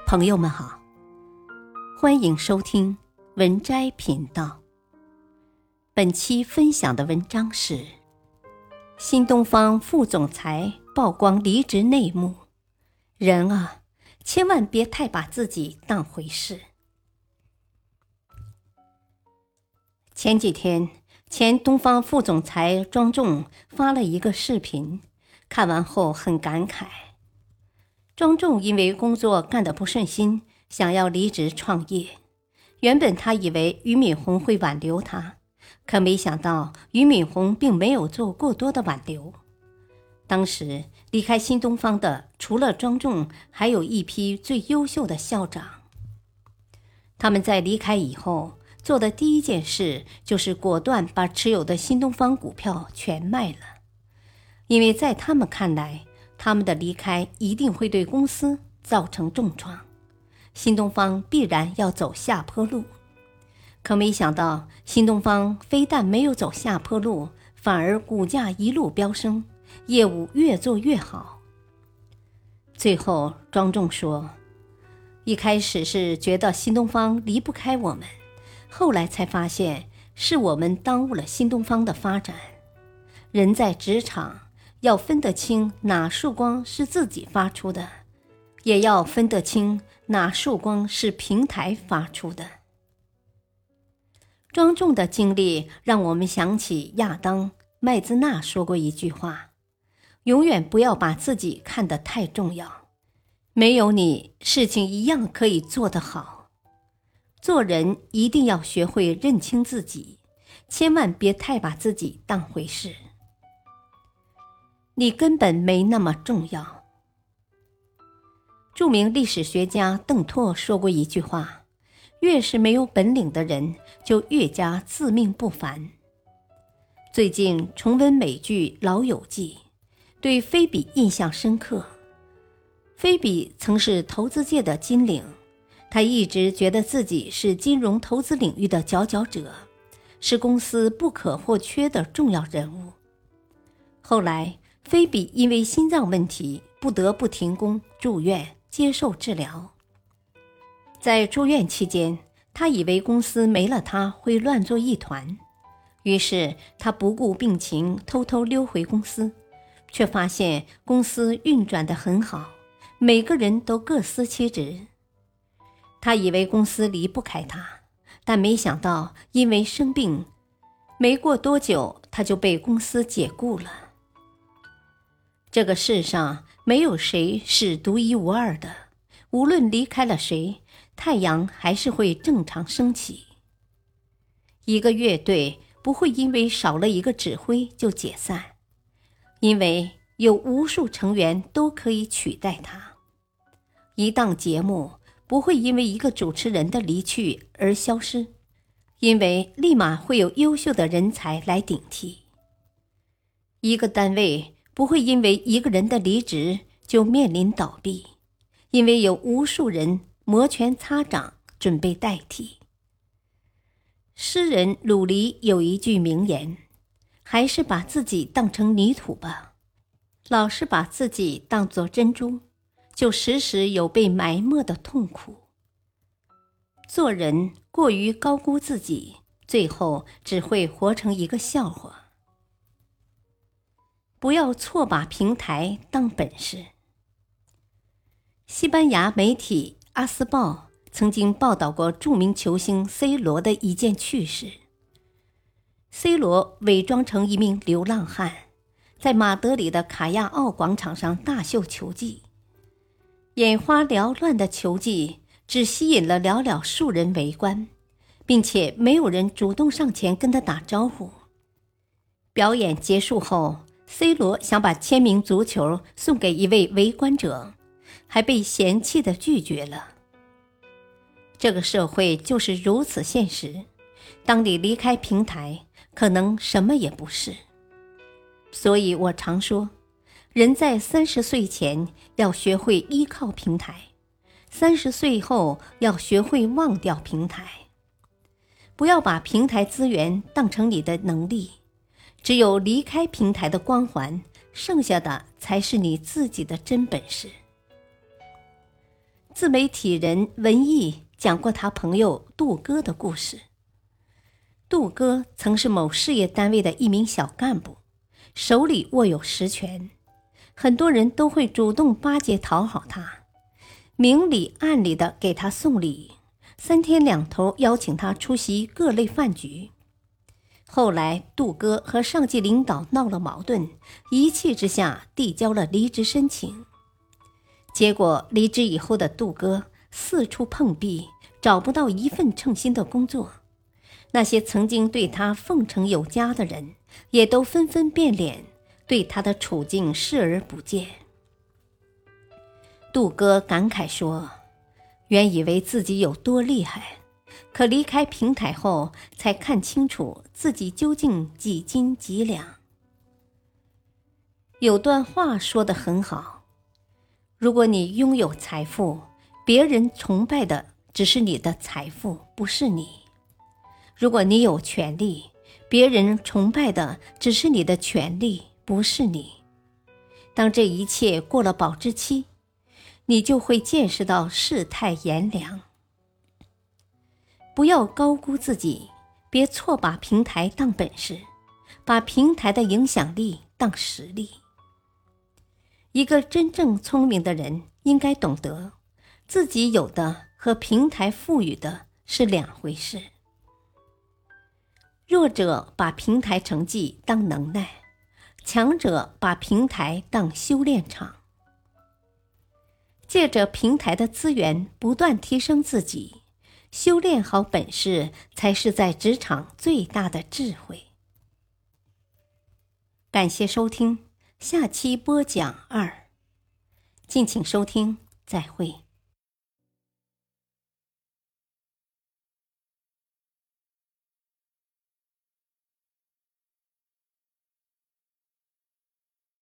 朋友们好，欢迎收听文摘频道。本期分享的文章是新东方副总裁曝光离职内幕，人啊，千万别太把自己当回事。前几天，前东方副总裁庄重发了一个视频，看完后很感慨。庄重因为工作干得不顺心，想要离职创业。原本他以为俞敏洪会挽留他，可没想到俞敏洪并没有做过多的挽留。当时离开新东方的除了庄重，还有一批最优秀的校长。他们在离开以后做的第一件事就是果断把持有的新东方股票全卖了，因为在他们看来，他们的离开一定会对公司造成重创，新东方必然要走下坡路。可没想到，新东方非但没有走下坡路，反而股价一路飙升，业务越做越好。最后，庄重说，一开始是觉得新东方离不开我们，后来才发现是我们耽误了新东方的发展。人在职场，要分得清哪束光是自己发出的，也要分得清哪束光是平台发出的。庄重的经历让我们想起亚当·麦兹纳说过一句话，永远不要把自己看得太重要，没有你，事情一样可以做得好。做人一定要学会认清自己，千万别太把自己当回事。你根本没那么重要。著名历史学家邓拓说过一句话，越是没有本领的人，就越加自命不凡。最近重温美剧《老友记》，对菲比印象深刻。菲比曾是投资界的金领，她一直觉得自己是金融投资领域的佼佼者，是公司不可或缺的重要人物。后来菲比因为心脏问题不得不停工住院接受治疗。在住院期间，他以为公司没了他会乱作一团，于是他不顾病情偷偷溜回公司，却发现公司运转得很好，每个人都各司其职。他以为公司离不开他，但没想到因为生病，没过多久他就被公司解雇了。这个世上没有谁是独一无二的，无论离开了谁，太阳还是会正常升起。一个乐队不会因为少了一个指挥就解散，因为有无数成员都可以取代他。一档节目不会因为一个主持人的离去而消失，因为立马会有优秀的人才来顶替。一个单位不会因为一个人的离职就面临倒闭，因为有无数人摩拳擦掌准备代替。诗人鲁黎有一句名言，还是把自己当成泥土吧，老是把自己当作珍珠，就时时有被埋没的痛苦。做人过于高估自己，最后只会活成一个笑话。不要错把平台当本事。西班牙媒体《阿斯报》曾经报道过著名球星 C 罗的一件趣事。C 罗伪装成一名流浪汉，在马德里的卡亚奥广场上大秀球技。眼花缭乱的球技只吸引了寥寥数人围观，并且没有人主动上前跟他打招呼。表演结束后，C 罗想把签名足球送给一位围观者，还被嫌弃地拒绝了。这个社会就是如此现实，当你离开平台，可能什么也不是。所以我常说，人在30岁前要学会依靠平台，30岁后要学会忘掉平台。不要把平台资源当成你的能力，只有离开平台的光环，剩下的才是你自己的真本事。 自媒体人文艺讲过他朋友杜哥的故事。杜哥曾是某事业单位的一名小干部，手里握有实权，很多人都会主动巴结讨好他，明里暗里的给他送礼，3天2头邀请他出席各类饭局。后来杜哥和上级领导闹了矛盾，一气之下递交了离职申请。结果离职以后的杜哥四处碰壁，找不到一份称心的工作。那些曾经对他奉承有加的人，也都纷纷变脸，对他的处境视而不见。杜哥感慨说，原以为自己有多厉害，可离开平台后才看清楚自己究竟几斤几两。有段话说得很好，如果你拥有财富，别人崇拜的只是你的财富，不是你；如果你有权利，别人崇拜的只是你的权利，不是你。当这一切过了保质期，你就会见识到世态炎凉。不要高估自己，别错把平台当本事，把平台的影响力当实力。一个真正聪明的人应该懂得，自己有的和平台赋予的是两回事。弱者把平台成绩当能耐，强者把平台当修炼场。借着平台的资源不断提升自己，修炼好本事，才是在职场最大的智慧。感谢收听，下期播讲2，敬请收听，再会。